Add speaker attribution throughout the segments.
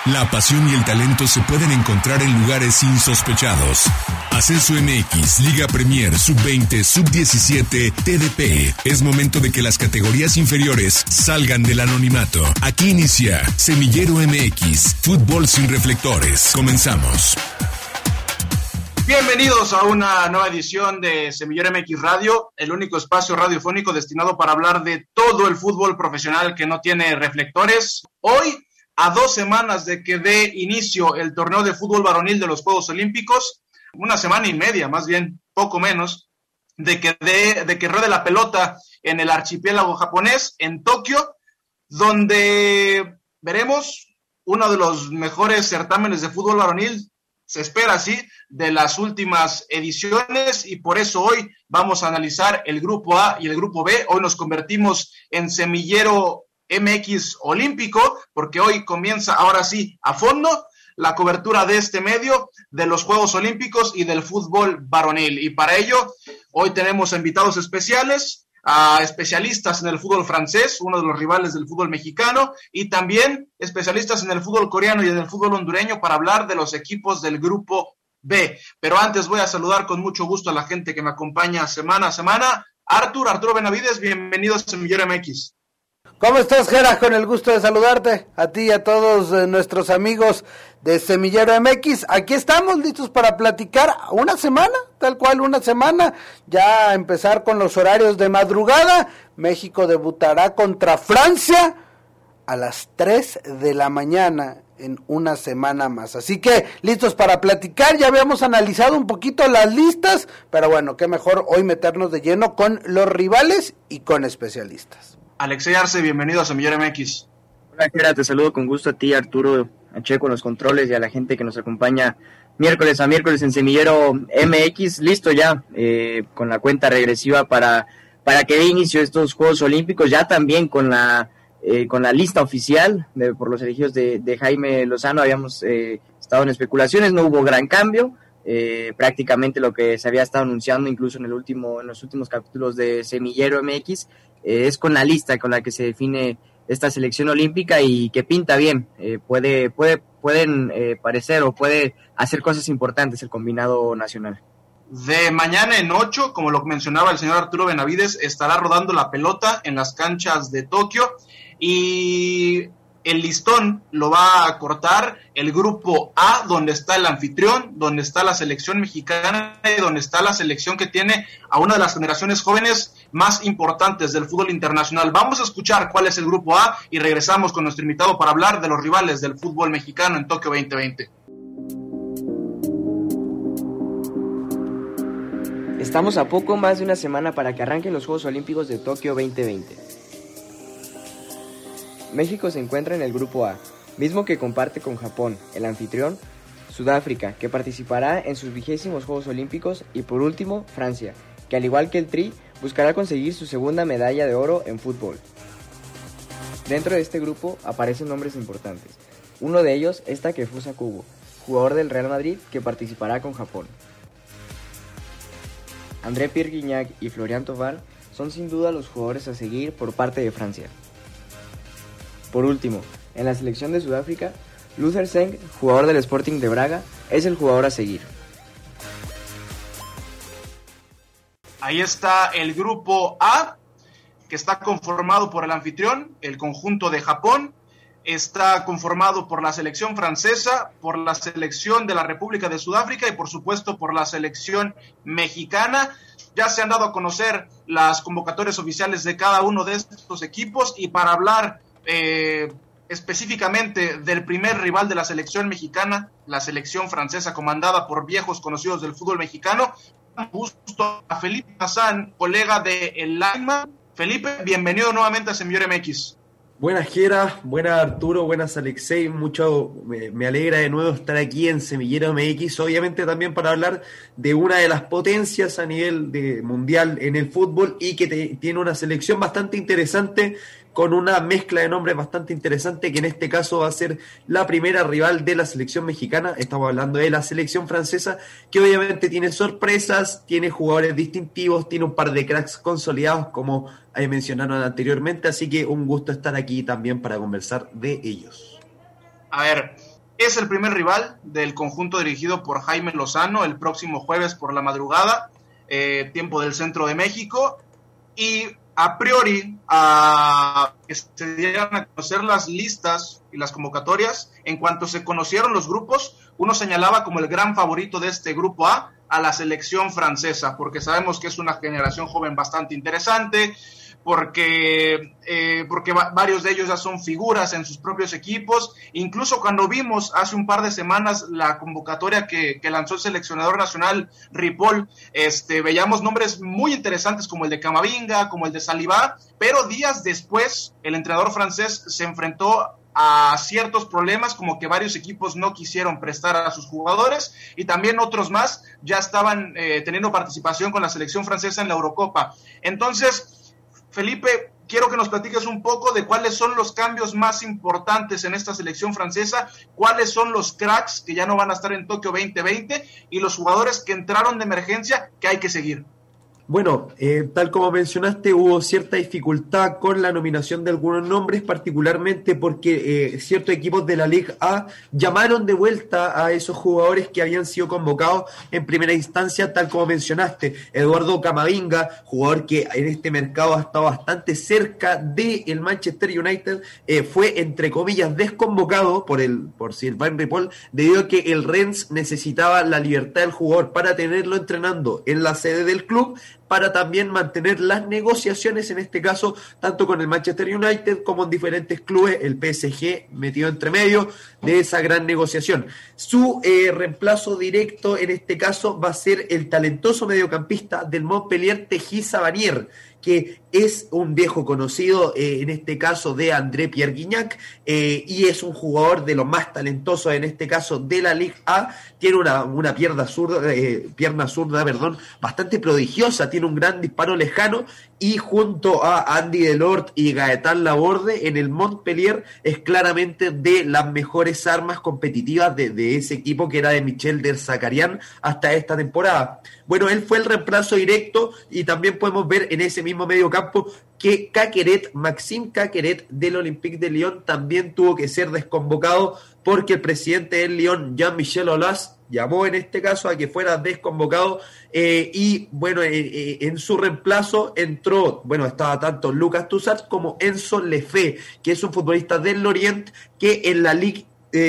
Speaker 1: La pasión y el talento se pueden encontrar en lugares insospechados. Ascenso MX, Liga Premier, Sub-20, Sub-17, TDP. Es momento de que las categorías inferiores salgan del anonimato. Aquí inicia Semillero MX, fútbol sin reflectores. Comenzamos.
Speaker 2: Bienvenidos a una nueva edición de Semillero MX Radio, el único espacio radiofónico destinado para hablar de todo el fútbol profesional que no tiene reflectores. Hoy, a 2 semanas de que dé inicio el torneo de fútbol varonil de los Juegos Olímpicos, una semana y media, más bien, poco menos, de que ruede la pelota en el archipiélago japonés, en Tokio, donde veremos uno de los mejores certámenes de fútbol varonil, se espera así, de las últimas ediciones, y por eso hoy vamos a analizar el grupo A y el grupo B. Hoy nos convertimos en Semillero MX Olímpico, porque hoy comienza ahora sí a fondo la cobertura de este medio, de los Juegos Olímpicos y del fútbol varonil. Y para ello, hoy tenemos invitados especiales, a especialistas en el fútbol francés, uno de los rivales del fútbol mexicano, y también especialistas en el fútbol coreano y en el fútbol hondureño para hablar de los equipos del grupo B. Pero antes voy a saludar con mucho gusto a la gente que me acompaña semana a semana. Arturo Benavides, bienvenido a Semillero MX.
Speaker 3: ¿Cómo estás, Gera? Con el gusto de saludarte, a ti y a todos nuestros amigos de Semillero MX. Aquí estamos listos para platicar una semana, tal cual una semana, ya empezar con los horarios de madrugada. México debutará contra Francia a las 3 de la mañana en una semana más. Así que listos para platicar, ya habíamos analizado un poquito las listas, pero bueno, qué mejor hoy meternos de lleno con los rivales y con especialistas.
Speaker 2: Alexey Arce, bienvenido a Semillero MX.
Speaker 4: Hola, Gera, te saludo con gusto a ti, Arturo, a Checo en los controles y a la gente que nos acompaña miércoles a miércoles en Semillero MX. Listo ya, con la cuenta regresiva para que dé inicio a estos Juegos Olímpicos, ya también con la lista oficial por los elegidos de Jaime Lozano. Habíamos estado en especulaciones, no hubo gran cambio. Prácticamente lo que se había estado anunciando incluso en los últimos capítulos de Semillero MX es con la lista con la que se define esta selección olímpica y que pinta bien. Pueden parecer o puede hacer cosas importantes el combinado nacional.
Speaker 2: De mañana en 8, como lo mencionaba el señor Arturo Benavides, estará rodando la pelota en las canchas de Tokio y el listón lo va a cortar el grupo A, donde está el anfitrión, donde está la selección mexicana y donde está la selección que tiene a una de las generaciones jóvenes más importantes del fútbol internacional. Vamos a escuchar cuál es el grupo A y regresamos con nuestro invitado para hablar de los rivales del fútbol mexicano en Tokio 2020.
Speaker 5: Estamos a poco más de una semana para que arranquen los Juegos Olímpicos de Tokio 2020. México se encuentra en el grupo A, mismo que comparte con Japón, el anfitrión, Sudáfrica, que participará en sus 20º Juegos Olímpicos, y por último, Francia, que al igual que el Tri, buscará conseguir su segunda medalla de oro en fútbol. Dentro de este grupo aparecen nombres importantes. Uno de ellos es Takefusa Kubo, jugador del Real Madrid que participará con Japón. André Pierre Gignac y Florian Thauvin son sin duda los jugadores a seguir por parte de Francia. Por último, en la selección de Sudáfrica, Luther Seng, jugador del Sporting de Braga, es el jugador a seguir.
Speaker 2: Ahí está el grupo A, que está conformado por el anfitrión, el conjunto de Japón, está conformado por la selección francesa, por la selección de la República de Sudáfrica y por supuesto por la selección mexicana. Ya se han dado a conocer las convocatorias oficiales de cada uno de estos equipos, y para hablar específicamente del primer rival de la selección mexicana, la selección francesa comandada por viejos conocidos del fútbol mexicano, gusto a Felipe Hassan, colega de El Lineman. Felipe, bienvenido nuevamente a Semillero MX.
Speaker 6: Buenas, Gera, buenas, Arturo, buenas, Alexei. Me alegra de nuevo estar aquí en Semillero MX, obviamente también para hablar de una de las potencias a nivel mundial en el fútbol y que tiene una selección bastante interesante, con una mezcla de nombres bastante interesante, que en este caso va a ser la primera rival de la selección mexicana. Estamos hablando de la selección francesa, que obviamente tiene sorpresas, tiene jugadores distintivos, tiene un par de cracks consolidados, como mencionaron anteriormente, así que un gusto estar aquí también para conversar de ellos.
Speaker 2: A ver, Es el primer rival del conjunto dirigido por Jaime Lozano el próximo jueves por la madrugada, tiempo del centro de México, y a priori, que se dieran a conocer las listas y las convocatorias, en cuanto se conocieron los grupos, uno señalaba como el gran favorito de este grupo A la selección francesa, porque sabemos que es una generación joven bastante interesante, porque varios de ellos ya son figuras en sus propios equipos. Incluso cuando vimos hace un par de semanas la convocatoria que lanzó el seleccionador nacional Ripoll, veíamos nombres muy interesantes como el de Camavinga, como el de Saliba, pero días después el entrenador francés se enfrentó a ciertos problemas, como que varios equipos no quisieron prestar a sus jugadores y también otros más ya estaban teniendo participación con la selección francesa en la Eurocopa. Entonces, Felipe, quiero que nos platiques un poco de cuáles son los cambios más importantes en esta selección francesa, cuáles son los cracks que ya no van a estar en Tokio 2020 y los jugadores que entraron de emergencia que hay que seguir.
Speaker 6: Bueno, tal como mencionaste, hubo cierta dificultad con la nominación de algunos nombres, particularmente porque ciertos equipos de la Liga A llamaron de vuelta a esos jugadores que habían sido convocados en primera instancia, tal como mencionaste. Eduardo Camavinga, jugador que en este mercado ha estado bastante cerca del Manchester United, fue, entre comillas, desconvocado por Sylvain Ripoll, debido a que el Rennes necesitaba la libertad del jugador para tenerlo entrenando en la sede del club, para también mantener las negociaciones, en este caso, tanto con el Manchester United como en diferentes clubes, el PSG metido entre medio de esa gran negociación. Su reemplazo directo, en este caso, va a ser el talentoso mediocampista del Montpellier, Teji Savanier, que es un viejo conocido, en este caso, de André Pierre Gignac, y es un jugador de los más talentosos, en este caso, de la Ligue A. Tiene una pierna zurda, bastante prodigiosa, tiene un gran disparo lejano, y junto a Andy Delort y Gaëtan Laborde, en el Montpellier es claramente de las mejores armas competitivas de ese equipo, que era de Michel Derzakarian hasta esta temporada. Bueno, él fue el reemplazo directo, y también podemos ver en ese mismo medio campo que Maxime Caqueret del Olympique de Lyon también tuvo que ser desconvocado, porque el presidente del Lyon, Jean-Michel Aulas, llamó en este caso a que fuera desconvocado, y bueno, en su reemplazo estaba tanto Lucas Toussaint como Enzo Lefebvre, que es un futbolista del Lorient que en la Ligue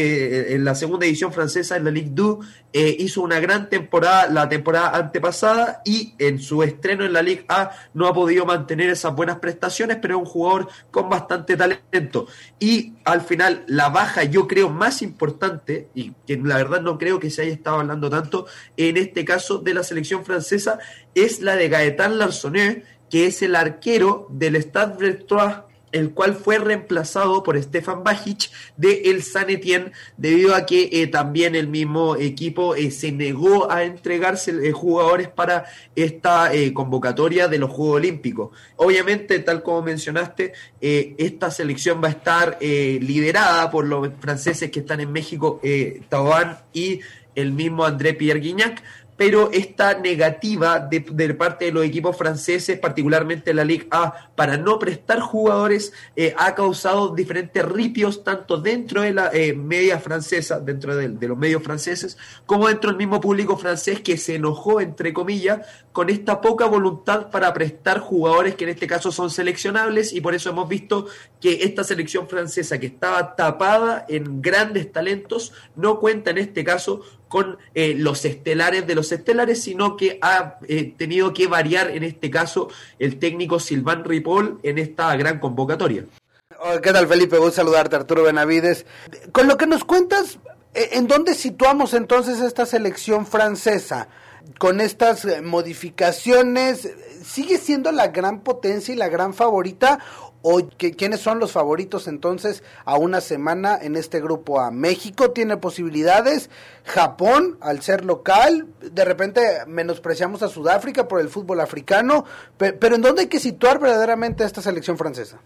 Speaker 6: en la segunda edición francesa, en la Ligue 2, hizo una gran temporada la temporada antepasada, y en su estreno en la Ligue A no ha podido mantener esas buenas prestaciones, pero es un jugador con bastante talento. Y al final, la baja, yo creo, más importante, y que la verdad no creo que se haya estado hablando tanto en este caso de la selección francesa, es la de Gaëtan Larsonneux, que es el arquero del Stade Brestois, el cual fue reemplazado por Stefan Bajic de el Saint-Étienne, debido a que también el mismo equipo se negó a entregarse jugadores para esta convocatoria de los Juegos Olímpicos. Obviamente, tal como mencionaste, esta selección va a estar liderada por los franceses que están en México, Thauvin y el mismo André Pierre Gignac, pero esta negativa de parte de los equipos franceses, particularmente la Ligue A, para no prestar jugadores, ha causado diferentes ripios, tanto dentro de la media francesa, dentro de los medios franceses, como dentro del mismo público francés, que se enojó, entre comillas, con esta poca voluntad para prestar jugadores que en este caso son seleccionables, y por eso hemos visto que esta selección francesa, que estaba tapada en grandes talentos, no cuenta en este caso con los estelares de los estelares, sino que ha tenido que variar en este caso el técnico Sylvain Ripoll en esta gran convocatoria.
Speaker 3: ¿Qué tal, Felipe? Voy a saludarte, Arturo Benavides. Con lo que nos cuentas, ¿en dónde situamos entonces esta selección francesa? Con estas modificaciones, ¿sigue siendo la gran potencia y la gran favorita? ¿O quiénes son los favoritos entonces a una semana en este grupo A? México tiene posibilidades, Japón al ser local, de repente menospreciamos a Sudáfrica por el fútbol africano, pero ¿en dónde hay que situar verdaderamente a esta selección francesa?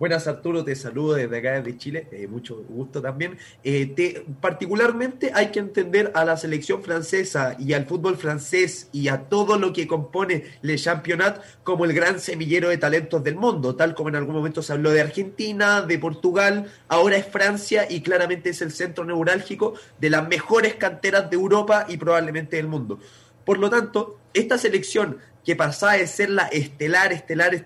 Speaker 6: Buenas, Arturo, te saludo desde acá, desde Chile, mucho gusto también. Particularmente hay que entender a la selección francesa y al fútbol francés y a todo lo que compone Le Championnat como el gran semillero de talentos del mundo, tal como en algún momento se habló de Argentina, de Portugal, ahora es Francia y claramente es el centro neurálgico de las mejores canteras de Europa y probablemente del mundo. Por lo tanto, esta selección que pasaba de ser la estelar,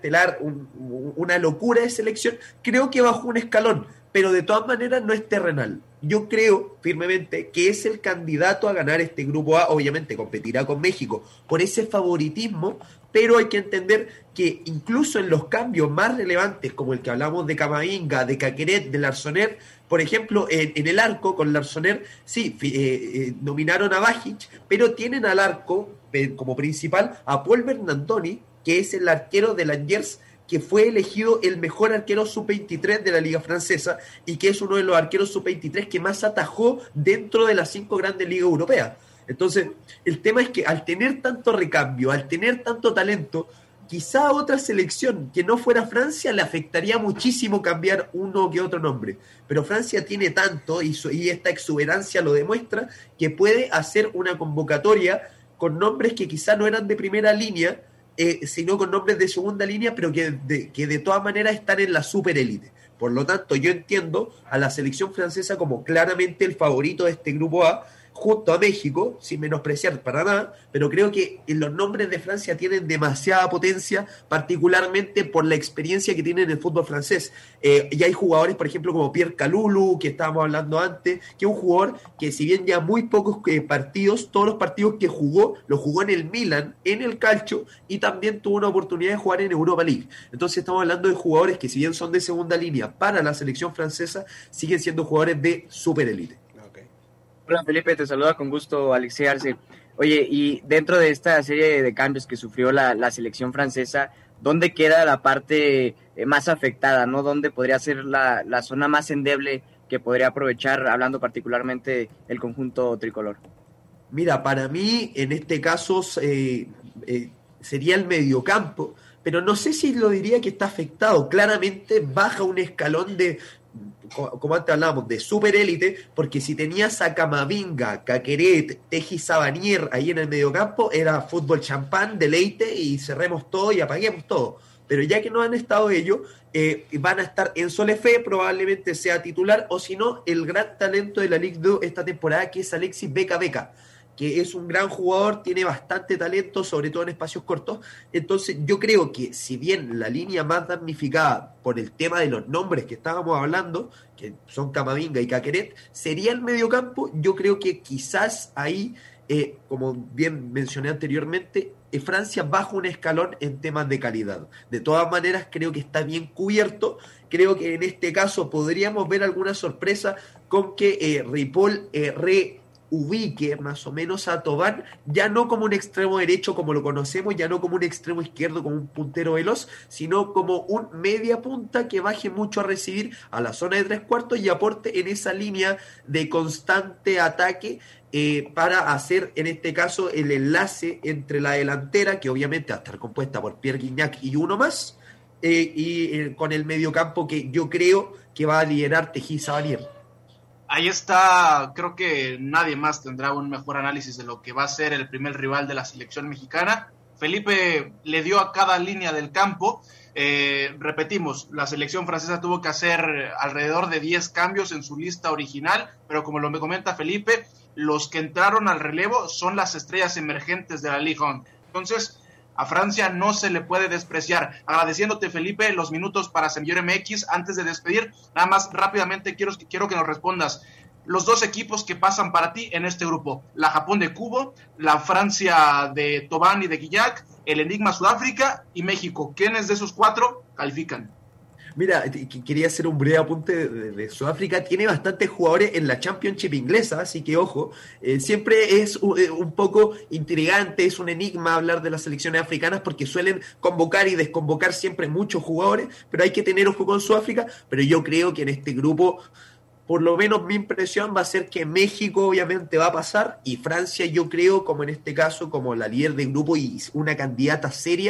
Speaker 6: una locura de selección, creo que bajó un escalón, pero de todas maneras no es terrenal. Yo creo firmemente que es el candidato a ganar este grupo A, obviamente competirá con México por ese favoritismo, pero hay que entender que incluso en los cambios más relevantes, como el que hablamos de Camavinga, de Caqueret, de Larsonnet, por ejemplo, en el arco con Larsonnet, sí, nominaron a Bajic, pero tienen al arco como principal a Paul Bernardoni, que es el arquero de Langers, que fue elegido el mejor arquero sub-23 de la Liga Francesa y que es uno de los arqueros sub-23 que más atajó dentro de las 5 grandes ligas europeas. Entonces, el tema es que al tener tanto recambio, al tener tanto talento, quizá a otra selección que no fuera Francia le afectaría muchísimo cambiar uno que otro nombre. Pero Francia tiene tanto, y esta exuberancia lo demuestra, que puede hacer una convocatoria con nombres que quizá no eran de primera línea, sino con nombres de segunda línea, pero que de todas maneras están en la superélite. Por lo tanto, yo entiendo a la selección francesa como claramente el favorito de este grupo A, junto a México, sin menospreciar para nada, pero creo que los nombres de Francia tienen demasiada potencia, particularmente por la experiencia que tienen en el fútbol francés. Y hay jugadores, por ejemplo, como Pierre Kalulu, que estábamos hablando antes, que es un jugador que si bien ya muy pocos partidos, todos los partidos que jugó, los jugó en el Milan, en el Calcio, y también tuvo una oportunidad de jugar en Europa League. Entonces estamos hablando de jugadores que si bien son de segunda línea para la selección francesa, siguen siendo jugadores de superélite.
Speaker 4: Hola Felipe, te saluda con gusto Alexei Arce. Oye, y dentro de esta serie de cambios que sufrió la selección francesa, ¿dónde queda la parte más afectada, no? ¿Dónde podría ser la zona más endeble que podría aprovechar, hablando particularmente el conjunto tricolor?
Speaker 6: Mira, para mí en este caso sería el mediocampo, pero no sé si lo diría que está afectado. Claramente baja un escalón de, como antes hablábamos, de superélite, porque si tenías a Camavinga, Caqueret, Teji Savanier ahí en el mediocampo, era fútbol champán, deleite y cerremos todo y apaguemos todo. Pero ya que no han estado ellos, van a estar en Solefé, probablemente sea titular, o si no, el gran talento de la Ligue 2 esta temporada, que es Alexis Beka, que es un gran jugador, tiene bastante talento, sobre todo en espacios cortos. Entonces yo creo que si bien la línea más damnificada por el tema de los nombres que estábamos hablando, que son Camavinga y Caqueret, sería el mediocampo, yo creo que quizás ahí, como bien mencioné anteriormente, Francia baja un escalón en temas de calidad. De todas maneras, creo que está bien cubierto. Creo que en este caso podríamos ver alguna sorpresa con que Ripoll ubique más o menos a Thauvin, ya no como un extremo derecho como lo conocemos, ya no como un extremo izquierdo, como un puntero veloz, sino como un media punta que baje mucho a recibir a la zona de 3/4 y aporte en esa línea de constante ataque, para hacer en este caso el enlace entre la delantera, que obviamente va a estar compuesta por Pierre Gignac y uno más, con el mediocampo que yo creo que va a liderar Teji Savanier.
Speaker 2: Ahí está, creo que nadie más tendrá un mejor análisis de lo que va a ser el primer rival de la selección mexicana. Felipe le dio a cada línea del campo. Repetimos, la selección francesa tuvo que hacer alrededor de 10 cambios en su lista original, pero como lo me comenta Felipe, los que entraron al relevo son las estrellas emergentes de la Ligue 1. Entonces, a Francia no se le puede despreciar. Agradeciéndote, Felipe, los minutos para Semillero MX. Antes de despedir, nada más rápidamente quiero que nos respondas los dos equipos que pasan para ti en este grupo: la Japón de Kubo, la Francia de Thauvin y de Gignac, el Enigma Sudáfrica y México. ¿Quiénes de esos 4 califican?
Speaker 6: Mira, quería hacer un breve apunte de Sudáfrica. Tiene bastantes jugadores en la Championship inglesa, así que ojo, siempre es un poco intrigante, es un enigma hablar de las selecciones africanas porque suelen convocar y desconvocar siempre muchos jugadores, pero hay que tener ojo con Sudáfrica. Pero yo creo que en este grupo, por lo menos mi impresión va a ser que México obviamente va a pasar, y Francia, yo creo, como en este caso, como la líder del grupo y una candidata seria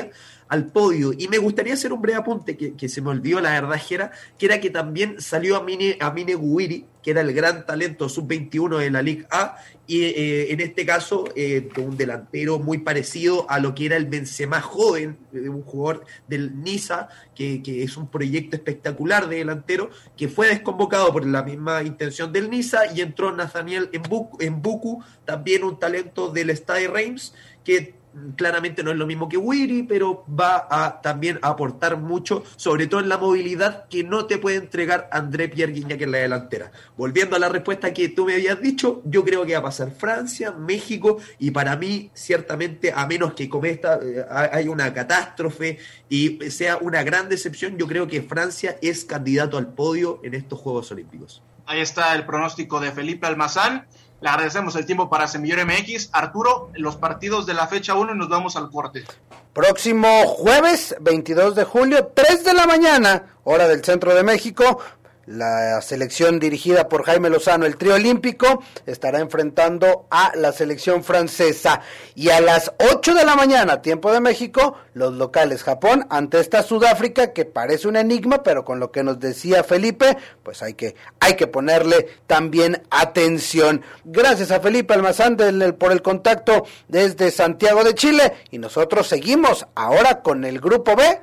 Speaker 6: al podio. Y me gustaría hacer un breve apunte que se me olvidó, la verdad, que era que también salió Amine Gouiri, que era el gran talento sub-21 de la Liga A, y en este caso un delantero muy parecido a lo que era el Benzema joven, un jugador del Niza, que es un proyecto espectacular de delantero, que fue desconvocado por la misma intención del Niza, y entró Nathaniel Mbuku, también un talento del Stade Reims, que claramente no es lo mismo que Wiri, pero va a también aportar mucho, sobre todo en la movilidad que no te puede entregar André Pierre Gignac en la delantera. Volviendo a la respuesta que tú me habías dicho, yo creo que va a pasar Francia, México, y para mí, ciertamente, a menos que haya una catástrofe y sea una gran decepción, yo creo que Francia es candidato al podio en estos Juegos Olímpicos.
Speaker 2: Ahí está el pronóstico de Felipe Almazán. Le agradecemos el tiempo para Semillero MX. Arturo, los partidos de la fecha 1 y nos vamos al corte.
Speaker 3: Próximo jueves, 22 de julio, 3 de la mañana, hora del centro de México. La selección dirigida por Jaime Lozano, el trío olímpico, estará enfrentando a la selección francesa. Y a las 8 de la mañana, tiempo de México, los locales Japón ante esta Sudáfrica, que parece un enigma, pero con lo que nos decía Felipe, pues hay que ponerle también atención. Gracias a Felipe Almazán por el contacto desde Santiago de Chile. Y nosotros seguimos ahora con el Grupo B.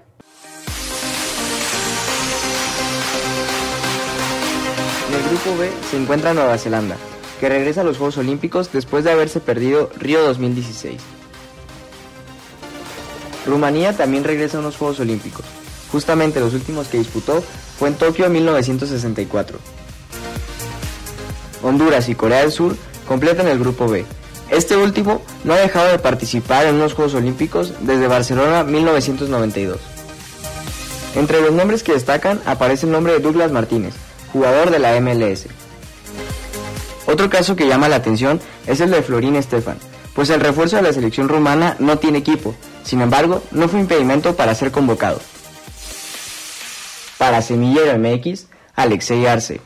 Speaker 5: En el Grupo B se encuentra Nueva Zelanda, que regresa a los Juegos Olímpicos después de haberse perdido Río 2016. Rumanía también regresa a unos Juegos Olímpicos. Justamente los últimos que disputó fue en Tokio en 1964. Honduras y Corea del Sur completan el Grupo B. Este último no ha dejado de participar en unos Juegos Olímpicos desde Barcelona 1992. Entre los nombres que destacan aparece el nombre de Douglas Martínez, jugador de la MLS. Otro caso que llama la atención es el de Florin Estefan, pues el refuerzo de la selección rumana no tiene equipo, sin embargo, no fue impedimento para ser convocado. Para Semillero MX, Alexei Arce.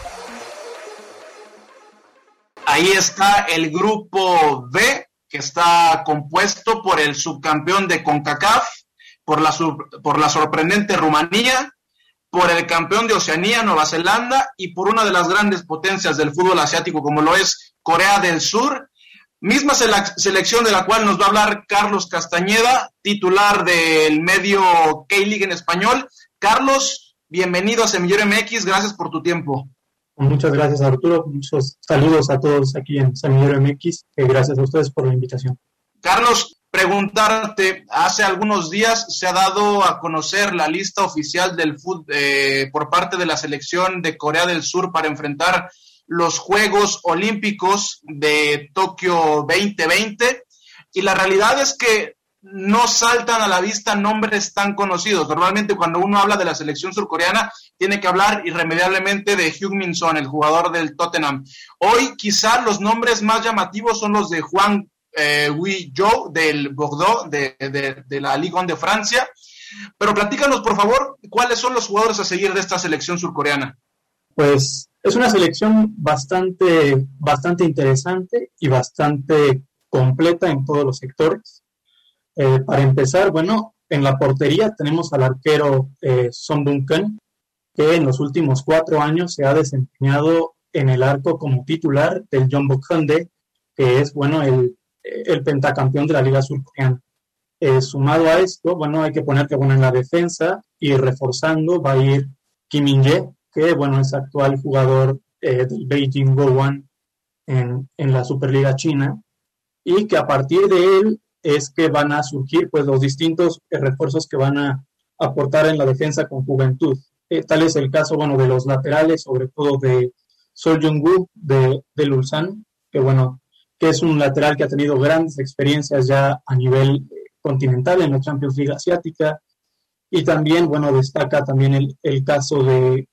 Speaker 2: Ahí está el Grupo B, que está compuesto por el subcampeón de CONCACAF, por la sorprendente Rumanía, por el campeón de Oceanía, Nueva Zelanda, y por una de las grandes potencias del fútbol asiático, como lo es Corea del Sur. Misma selección de la cual nos va a hablar Carlos Castañeda, titular del medio K-League en español. Carlos, bienvenido a Semillero MX, gracias por tu tiempo.
Speaker 7: Muchas gracias, Arturo. Muchos saludos a todos aquí en Semillero MX. Gracias a ustedes por la invitación.
Speaker 2: Carlos, preguntarte, hace algunos días se ha dado a conocer la lista oficial del por parte de la selección de Corea del Sur para enfrentar los Juegos Olímpicos de Tokio 2020, y la realidad es que no saltan a la vista nombres tan conocidos. Normalmente cuando uno habla de la selección surcoreana tiene que hablar irremediablemente de Heung-min Son, el jugador del Tottenham. Hoy quizá los nombres más llamativos son los de Hwang Ui-jo del Bordeaux, de la Ligue 1 de Francia. Pero platícanos, por favor, ¿cuáles son los jugadores a seguir de esta selección surcoreana?
Speaker 7: Pues es una selección bastante interesante y bastante completa en todos los sectores. Para empezar, bueno, en la portería tenemos al arquero Son Bung-keun, que en los últimos 4 años se ha desempeñado en el arco como titular del Jeonbuk Hyundai, que es, bueno, el pentacampeón de la Liga Surcoreana. Sumado a esto, bueno, hay que poner que, bueno, en la defensa y reforzando va a ir Kim In-jae, que, bueno, es actual jugador del Beijing Guoan en la Superliga China, y que a partir de él es que van a surgir, pues, los distintos refuerzos que van a aportar en la defensa con juventud. Tal es el caso, bueno, de los laterales, sobre todo de Sol Jung-woo del Ulsan, que, bueno, que es un lateral que ha tenido grandes experiencias ya a nivel continental en la Champions League asiática, y también, bueno, destaca también el caso de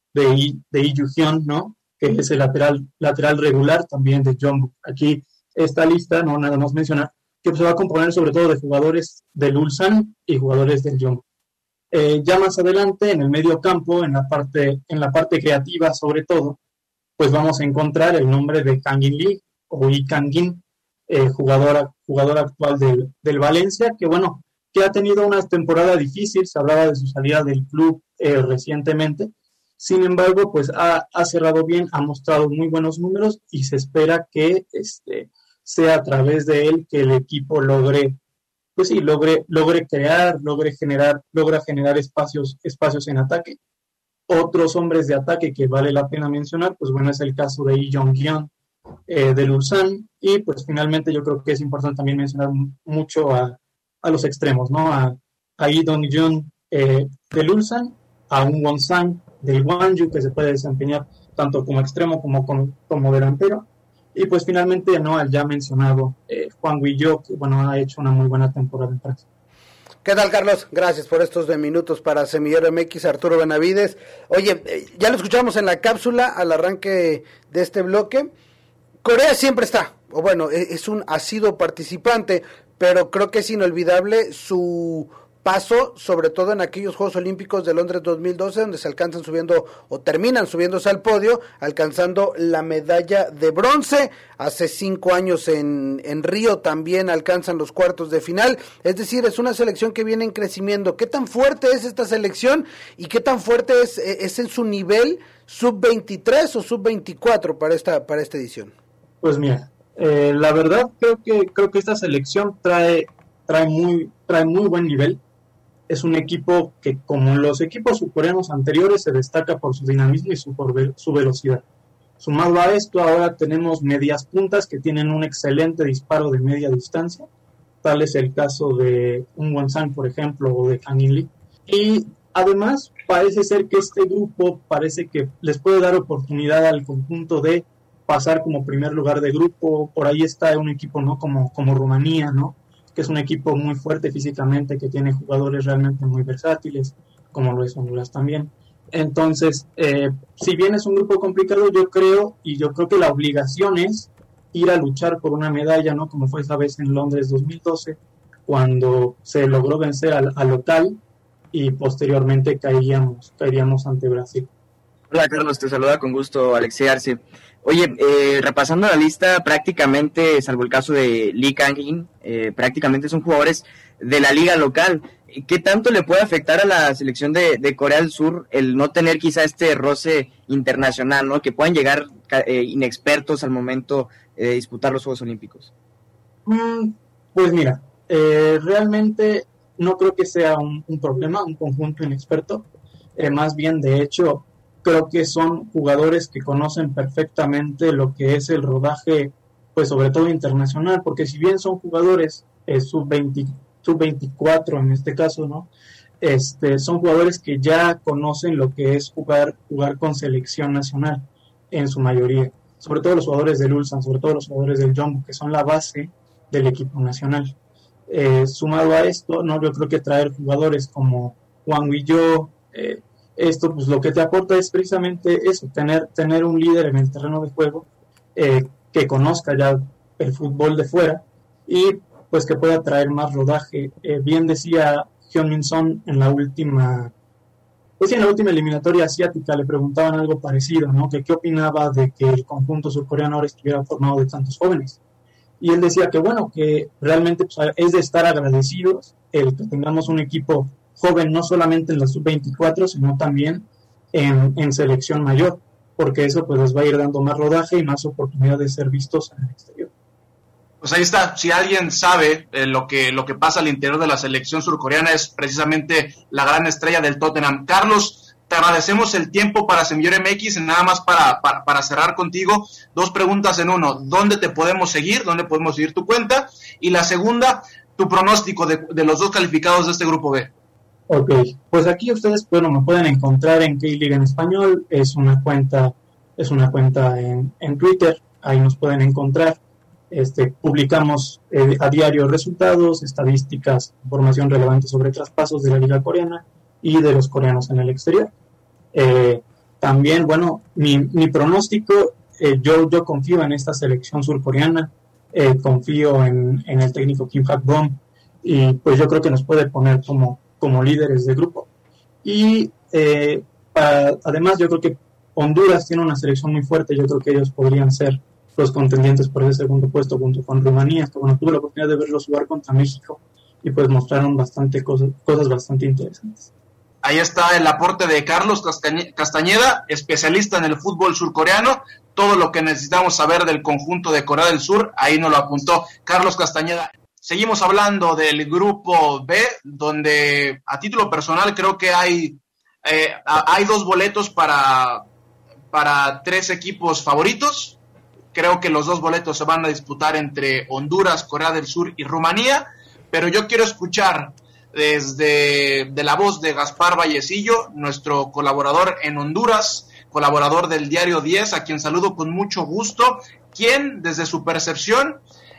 Speaker 7: Lee Ju-hyun, ¿no?, que es el lateral regular también de Jeonbuk. Aquí esta lista, no nada más mencionar, que se va a componer sobre todo de jugadores del Ulsan y jugadores del Jeonbuk. Ya más adelante, en el medio campo, en la parte creativa sobre todo, pues vamos a encontrar el nombre de Kangin Lee, o Lee Kangin, jugador actual del Valencia, que, bueno, que ha tenido una temporada difícil. Se hablaba de su salida del club recientemente. Sin embargo, pues ha cerrado bien, ha mostrado muy buenos números y se espera que sea a través de él que el equipo logre crear, logra generar espacios en ataque. Otros hombres de ataque que vale la pena mencionar, pues bueno, es el caso de Lee Jong-hyun del Ulsan, y pues finalmente yo creo que es importante también mencionar mucho a los extremos, ¿no? A Lee Dong-jun del Ulsan, a Un Won-sang del Gwangju, que se puede desempeñar tanto como extremo como delantero, y pues finalmente, ¿no?, al ya mencionado Hwang Ui-jo, que bueno, ha hecho una muy buena temporada en Francia.
Speaker 3: ¿Qué tal, Carlos? Gracias por estos minutos para Semillero MX, Arturo Benavides. Oye, ya lo escuchamos en la cápsula al arranque de este bloque. Corea siempre está, o bueno, ha sido participante, pero creo que es inolvidable su paso, sobre todo en aquellos Juegos Olímpicos de Londres 2012, donde se alcanzan subiendo o terminan subiéndose al podio, alcanzando la medalla de bronce. Hace 5 años en Río también alcanzan los cuartos de final. Es decir, es una selección que viene en crecimiento. ¿Qué tan fuerte es esta selección y qué tan fuerte es en su nivel sub-23 o sub-24 para esta edición?
Speaker 7: Pues mira, la verdad creo que esta selección trae muy buen nivel. Es un equipo que, como los equipos surcoreanos anteriores, se destaca por su dinamismo y su velocidad. Sumado a esto, ahora tenemos medias puntas que tienen un excelente disparo de media distancia. Tal es el caso de Un Won-sang, por ejemplo, o de Kang In-lee. Y además, parece ser que este grupo les puede dar oportunidad al conjunto de pasar como primer lugar de grupo. Por ahí está un equipo, ¿no?, como Rumanía, ¿no?, que es un equipo muy fuerte físicamente, que tiene jugadores realmente muy versátiles, como lo es Honduras también. Entonces, si bien es un grupo complicado, yo creo que la obligación es ir a luchar por una medalla, ¿no?, como fue esa vez en Londres 2012, cuando se logró vencer al local y posteriormente caeríamos ante Brasil.
Speaker 4: Hola, Carlos, te saluda con gusto Alexei Arce. Oye, repasando la lista, prácticamente, salvo el caso de Lee Kang-in, prácticamente son jugadores de la liga local. ¿Qué tanto le puede afectar a la selección de Corea del Sur el no tener quizá este roce internacional, ¿no?, que puedan llegar inexpertos al momento de disputar los Juegos Olímpicos?
Speaker 7: Pues mira, realmente no creo que sea un problema, un conjunto inexperto. Más bien, de hecho, creo que son jugadores que conocen perfectamente lo que es el rodaje, pues sobre todo internacional, porque si bien son jugadores sub-24 en este caso, ¿no?, son jugadores que ya conocen lo que es jugar con selección nacional en su mayoría, sobre todo los jugadores del Ulsan, sobre todo los jugadores del Jeonbuk, que son la base del equipo nacional. Sumado a esto, ¿no?, yo creo que traer jugadores como Hwang Ui-jo, esto pues lo que te aporta es precisamente eso, tener un líder en el terreno de juego que conozca ya el fútbol de fuera y pues que pueda traer más rodaje. Bien decía Hyun Min Son en la última eliminatoria asiática, le preguntaban algo parecido, ¿no?, que qué opinaba de que el conjunto surcoreano ahora estuviera formado de tantos jóvenes. Y él decía que bueno, que realmente pues, es de estar agradecidos el que tengamos un equipo joven, no solamente en la sub-24, sino también en selección mayor, porque eso pues les va a ir dando más rodaje y más oportunidad de ser vistos en el exterior.
Speaker 2: Pues ahí está, si alguien sabe lo que pasa al interior de la selección surcoreana es precisamente la gran estrella del Tottenham. Carlos, te agradecemos el tiempo para Semillero MX, nada más para cerrar contigo, 2 preguntas en uno: ¿dónde te podemos seguir? ¿Dónde podemos seguir tu cuenta? Y la segunda, tu pronóstico de los 2 calificados de este grupo B.
Speaker 7: Ok, pues aquí ustedes me pueden encontrar en K-League en español, es una cuenta en Twitter, ahí nos pueden encontrar. Publicamos a diario resultados, estadísticas, información relevante sobre traspasos de la liga coreana y de los coreanos en el exterior. También, bueno, mi pronóstico, yo confío en esta selección surcoreana, confío en el técnico Kim Hak-bom y pues yo creo que nos puede poner como líderes de grupo. Y además yo creo que Honduras tiene una selección muy fuerte, yo creo que ellos podrían ser los contendientes por ese segundo puesto junto con Rumanía, que bueno, tuve la oportunidad de verlos jugar contra México y pues mostraron cosas bastante interesantes.
Speaker 2: Ahí está el aporte de Carlos Castañeda, especialista en el fútbol surcoreano. Todo lo que necesitamos saber del conjunto de Corea del Sur, ahí nos lo apuntó Carlos Castañeda. Seguimos hablando del grupo B, donde a título personal creo que hay 2 boletos para 3 equipos favoritos. Creo que los 2 boletos se van a disputar entre Honduras, Corea del Sur y Rumanía, pero yo quiero escuchar de la voz de Gaspar Vallecillo, nuestro colaborador en Honduras, colaborador del Diario 10, a quien saludo con mucho gusto, quien desde su percepción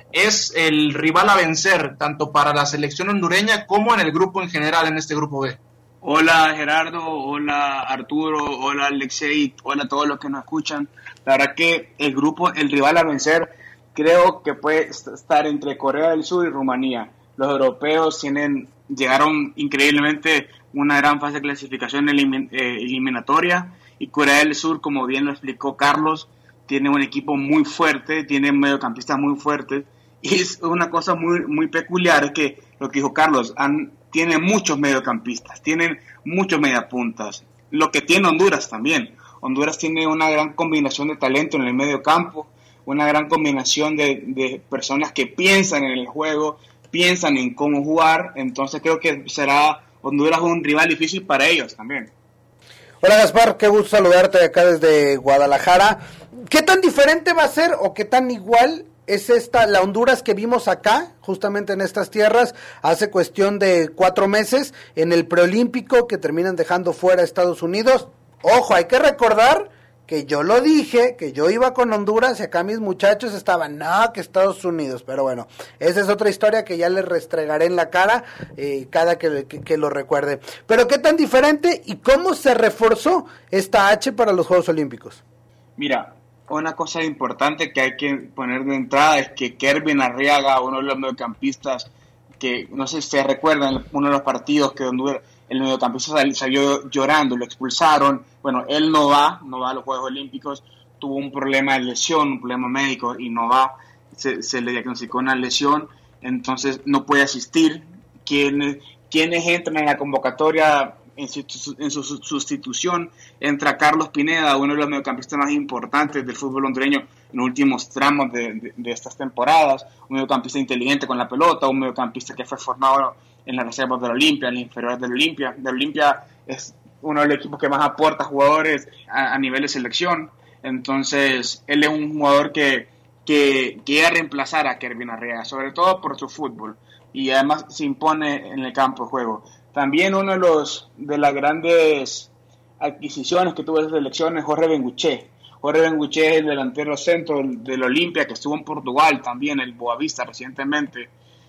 Speaker 2: es el rival a vencer, tanto para la selección hondureña como en el grupo en general, en este grupo B.
Speaker 8: Hola Gerardo, hola Arturo, hola Alexei, hola a todos los que nos escuchan. La verdad que el rival a vencer, creo que puede estar entre Corea del Sur y Rumanía. Los europeos llegaron increíblemente una gran fase de clasificación eliminatoria, y Corea del Sur, como bien lo explicó Carlos, tiene un equipo muy fuerte, tiene mediocampistas muy fuertes, y es una cosa muy, muy peculiar, es que lo que dijo Carlos, tiene muchos mediocampistas, tienen muchos mediapuntas, lo que tiene Honduras también. Honduras tiene una gran combinación de talento en el medio campo, una gran combinación de personas que piensan en el juego, piensan en cómo jugar, entonces creo que será Honduras un rival difícil para ellos también.
Speaker 3: Hola Gaspar, qué gusto saludarte acá desde Guadalajara. ¿Qué tan diferente va a ser o qué tan igual es la Honduras que vimos acá, justamente en estas tierras, hace cuestión de 4 meses, en el preolímpico que terminan dejando fuera a Estados Unidos? Ojo, hay que recordar que yo lo dije, que yo iba con Honduras y acá mis muchachos estaban, no, que Estados Unidos, pero bueno, esa es otra historia que ya les restregaré en la cara cada que lo recuerde. Pero ¿qué tan diferente y cómo se reforzó esta H para los Juegos Olímpicos?
Speaker 8: Mira, una cosa importante que hay que poner de entrada es que Kervin Arriaga, uno de los mediocampistas, que no sé si se recuerdan, uno de los partidos que Honduras, el mediocampista salió llorando, lo expulsaron. Bueno, él no va a los Juegos Olímpicos, tuvo un problema de lesión, un problema médico y no va, se le diagnosticó una lesión, entonces no puede asistir. Quienes entran en la convocatoria en su sustitución, entra Carlos Pineda, uno de los mediocampistas más importantes del fútbol hondureño en los últimos tramos de estas temporadas, un mediocampista inteligente con la pelota, un mediocampista que fue formado en las reservas de la Olimpia, en las inferiores de la Olimpia. De la Olimpia es uno de los equipos que más aporta jugadores a nivel de selección, entonces él es un jugador que quiere reemplazar a Kervin Arriaga, sobre todo por su fútbol, y además se impone en el campo de juego. También uno de las grandes adquisiciones que tuvo esa selección es Jorge Benguché. Jorge Benguché es el delantero centro del Olimpia, que estuvo en Portugal también, el Boavista recientemente,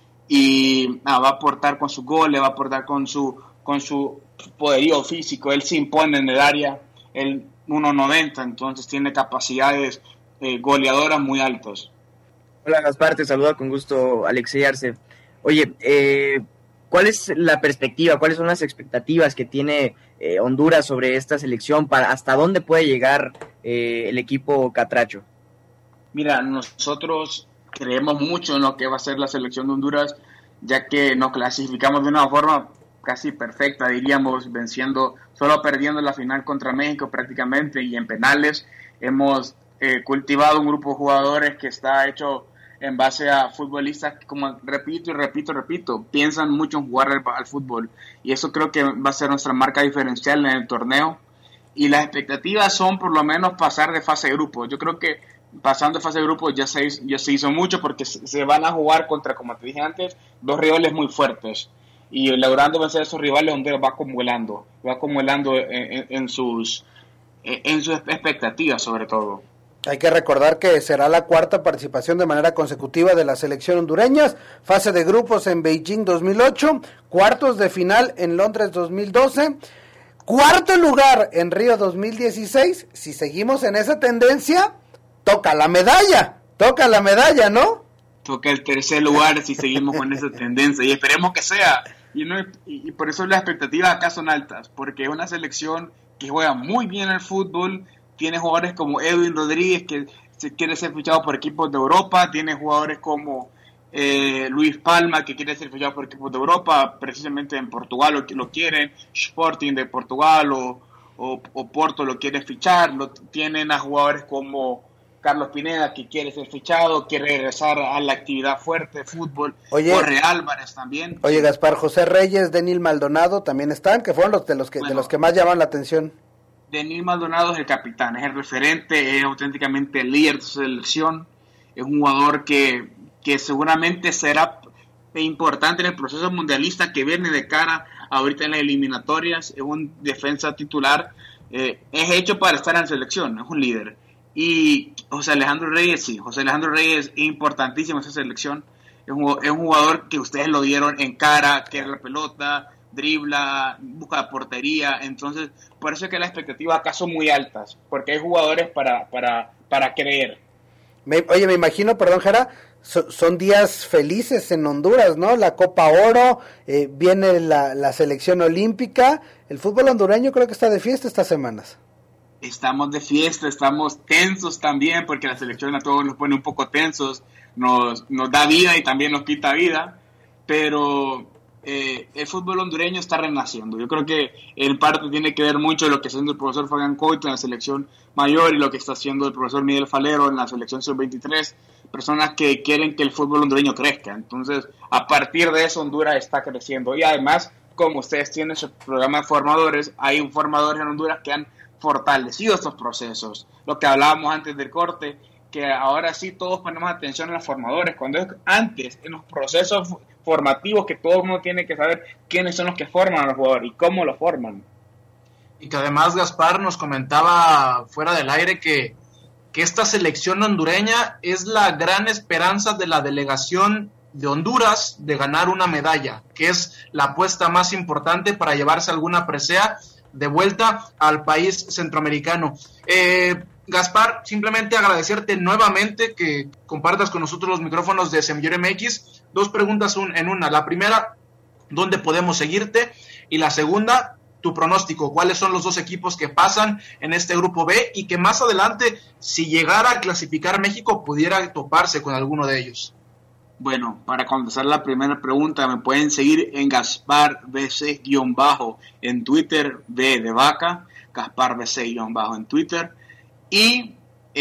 Speaker 8: y va a aportar con su goles, va a aportar con su poderío físico. Él se impone en el área, el 1.90, entonces tiene capacidades goleadoras muy altas.
Speaker 4: Hola Gaspar, te saluda con gusto Alexei Arce. Oye, ¿cuál es la perspectiva, cuáles son las expectativas que tiene Honduras sobre esta selección? ¿Hasta dónde puede llegar el equipo catracho?
Speaker 8: Mira, nosotros creemos mucho en lo que va a ser la selección de Honduras, ya que nos clasificamos de una forma casi perfecta, diríamos, solo perdiendo la final contra México prácticamente, y en penales hemos cultivado un grupo de jugadores que está hecho en base a futbolistas que, como repito, piensan mucho en jugar al fútbol, y eso creo que va a ser nuestra marca diferencial en el torneo, y las expectativas son por lo menos pasar de fase de grupo. Yo creo que pasando de fase de grupo ya se hizo mucho, porque se van a jugar contra, como te dije antes, 2 rivales muy fuertes, y logrando vencer a esos rivales, Honduras va acumulando en sus expectativas sobre todo.
Speaker 3: Hay que recordar que será la 4ª participación de manera consecutiva de la selección hondureña, fase de grupos en Beijing 2008, cuartos de final en Londres 2012, 4º lugar en Río 2016. Si seguimos en esa tendencia, toca la medalla, ¿no?
Speaker 8: Toca el 3er lugar si seguimos con esa tendencia, y esperemos que sea. Y por eso las expectativas acá son altas, porque es una selección que juega muy bien el fútbol. Tiene jugadores como Edwin Rodríguez, que quiere ser fichado por equipos de Europa. Tiene jugadores como Luis Palma, que quiere ser fichado por equipos de Europa, precisamente en Portugal lo quieren, Sporting de Portugal o Porto lo quiere fichar, tienen a jugadores como Carlos Pineda, que quiere ser fichado, quiere regresar a la actividad fuerte de fútbol. Jorge Álvarez también.
Speaker 3: Oye, Gaspar, José Reyes, Denil Maldonado también están, que fueron de los que más llaman la atención.
Speaker 8: Denil Maldonado es el capitán, es el referente, es auténticamente el líder de su selección, es un jugador que seguramente será importante en el proceso mundialista que viene de cara ahorita en las eliminatorias, es un defensa titular, es hecho para estar en la selección, es un líder. Y José Alejandro Reyes es importantísimo en esa selección, es un jugador que ustedes lo vieron en cara, que la pelota, dribla, busca portería, entonces por eso es que las expectativas acá son muy altas, porque hay jugadores para creer. Me
Speaker 3: imagino, perdón, Jera, son días felices en Honduras, ¿no? La Copa Oro, viene la selección olímpica, el fútbol hondureño creo que está de fiesta estas semanas.
Speaker 8: Estamos de fiesta, estamos tensos también, porque la selección a todos nos pone un poco tensos, nos da vida y también nos quita vida, pero el fútbol hondureño está renaciendo. Yo creo que en parte tiene que ver mucho lo que está haciendo el profesor Fabián Coito en la selección mayor y lo que está haciendo el profesor Miguel Falero en la selección sub-23, personas que quieren que el fútbol hondureño crezca. Entonces, a partir de eso, Honduras está creciendo. Y además, como ustedes tienen su programa de formadores, hay formadores en Honduras que han fortalecido estos procesos. Lo que hablábamos antes del corte, que ahora sí todos ponemos atención a los formadores, cuando es antes, en los procesos formativos, que todo el mundo tiene que saber quiénes son los que forman a los jugadores y cómo los forman.
Speaker 2: Y que además Gaspar nos comentaba fuera del aire que esta selección hondureña es la gran esperanza de la delegación de Honduras de ganar una medalla, que es la apuesta más importante para llevarse alguna presea de vuelta al país centroamericano. Gaspar, simplemente agradecerte nuevamente que compartas con nosotros los micrófonos de Semillero MX. Dos preguntas en una. La primera, ¿dónde podemos seguirte? Y la segunda, tu pronóstico. ¿Cuáles son los dos equipos que pasan en este grupo B y que más adelante, si llegara a clasificar México, pudiera toparse con alguno de ellos?
Speaker 8: Bueno, para contestar la primera pregunta, me pueden seguir en GasparBC- en Twitter, B de vaca, GasparBC- en Twitter. Y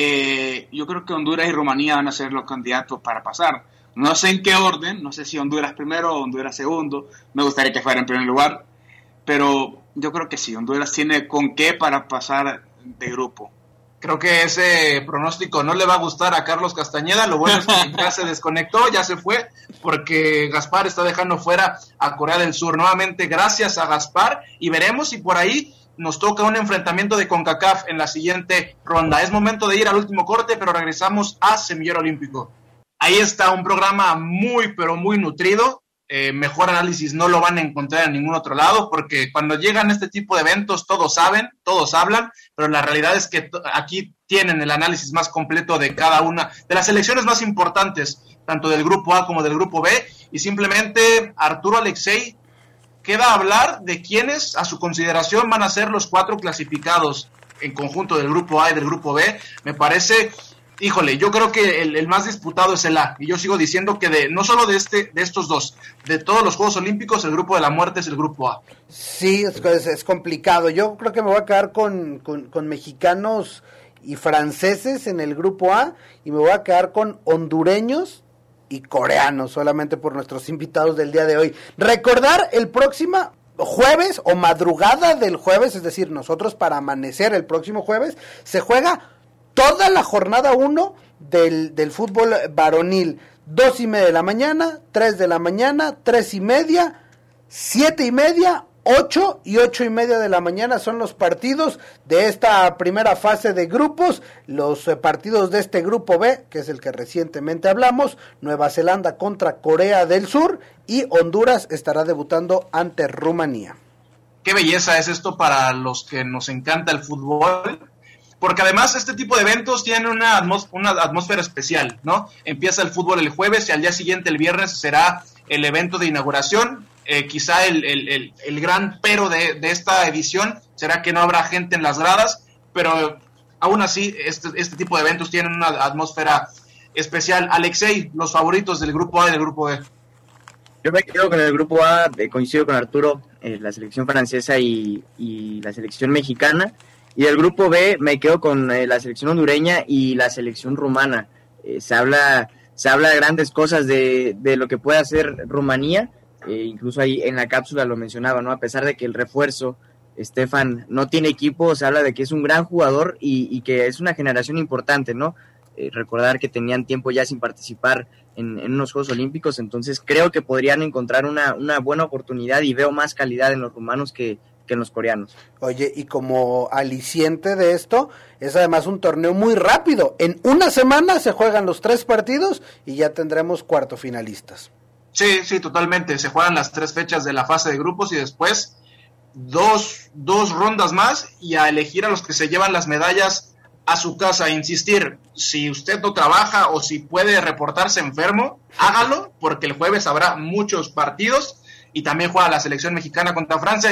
Speaker 8: yo creo que Honduras y Rumanía van a ser los candidatos para pasar. No sé en qué orden, no sé si Honduras primero o Honduras segundo. Me gustaría que fuera en primer lugar, pero yo creo que sí, Honduras tiene con qué para pasar de grupo.
Speaker 2: Creo que ese pronóstico no le va a gustar a Carlos Castañeda. Lo bueno es que ya se desconectó, ya se fue, porque Gaspar está dejando fuera a Corea del Sur. Nuevamente, gracias a Gaspar, y veremos si por ahí nos toca un enfrentamiento de CONCACAF en la siguiente ronda. Es momento de ir al último corte, pero regresamos a Semillero Olímpico. Ahí está un programa muy, pero muy nutrido. Mejor análisis no lo van a encontrar en ningún otro lado, porque cuando llegan este tipo de eventos todos saben, todos hablan, pero la realidad es que aquí tienen el análisis más completo de cada una de las selecciones más importantes, tanto del grupo A como del grupo B, y simplemente Arturo Alexei queda hablar de quiénes a su consideración van a ser los 4 clasificados en conjunto del grupo A y del grupo B. Me parece, híjole, yo creo que el más disputado es el A, y yo sigo diciendo que no solo de estos dos, de todos los Juegos Olímpicos, el grupo de la muerte es el grupo A.
Speaker 3: Sí, es complicado. Yo creo que me voy a quedar con mexicanos y franceses en el grupo A, y me voy a quedar con hondureños y coreanos, solamente por nuestros invitados del día de hoy. Recordar el próximo jueves o madrugada del jueves, es decir, nosotros para amanecer el próximo jueves, se juega toda la jornada 1 del fútbol varonil. 2:30 de la mañana, 3 de la mañana, 3:30, 7:30, 8 y 8:30 de la mañana son los partidos de esta primera fase de grupos. Los partidos de este grupo B, que es el que recientemente hablamos: Nueva Zelanda contra Corea del Sur, y Honduras estará debutando ante Rumanía.
Speaker 2: Qué belleza es esto para los que nos encanta el fútbol, porque además este tipo de eventos tienen una atmósfera especial, ¿no? Empieza el fútbol el jueves y al día siguiente, el viernes, será el evento de inauguración. Quizá el gran pero de esta edición será que no habrá gente en las gradas, pero aún así este tipo de eventos tienen una atmósfera especial. Alexei, los favoritos del grupo A y del grupo B.
Speaker 4: Yo me quedo con el grupo A, coincido con Arturo, la selección francesa y la selección mexicana. Y del grupo B me quedo con la selección hondureña y la selección rumana. Se habla de grandes cosas de lo que puede hacer Rumanía. Incluso ahí en la cápsula lo mencionaba, ¿no? A pesar de que el refuerzo, Stefan, no tiene equipo, se habla de que es un gran jugador y que es una generación importante, ¿no? Recordar que tenían tiempo ya sin participar en unos Juegos Olímpicos, entonces creo que podrían encontrar una buena oportunidad y veo más calidad en los rumanos que en los coreanos.
Speaker 3: Oye, y como aliciente de esto, es además un torneo muy rápido. En una semana se juegan los 3 partidos y ya tendremos cuartofinalistas.
Speaker 2: Sí, totalmente. Se juegan las 3 fechas de la fase de grupos y después dos rondas más y a elegir a los que se llevan las medallas a su casa. Insistir, si usted no trabaja o si puede reportarse enfermo, hágalo, porque el jueves habrá muchos partidos y también juega la selección mexicana contra Francia.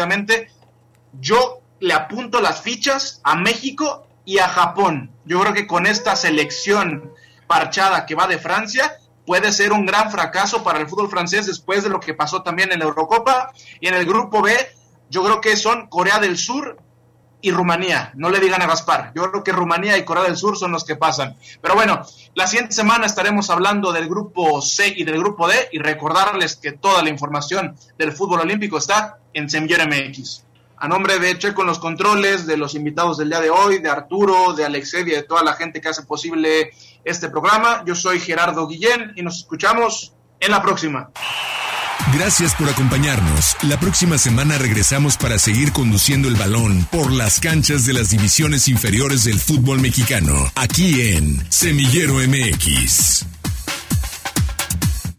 Speaker 2: Yo le apunto las fichas a México y a Japón. Yo creo que con esta selección parchada que va de Francia puede ser un gran fracaso para el fútbol francés después de lo que pasó también en la Eurocopa. Y en el grupo B, yo creo que son Corea del Sur y Rumanía. No le digan a Gaspar. Yo creo que Rumanía y Corea del Sur son los que pasan. Pero bueno, la siguiente semana estaremos hablando del grupo C y del grupo D y recordarles que toda la información del fútbol olímpico está en Semillero MX. A nombre de Checo en los controles, de los invitados del día de hoy, de Arturo, de Alexei y de toda la gente que hace posible este programa, yo soy Gerardo Guillén y nos escuchamos en la próxima.
Speaker 1: Gracias por acompañarnos. La próxima semana regresamos para seguir conduciendo el balón por las canchas de las divisiones inferiores del fútbol mexicano, aquí en Semillero MX.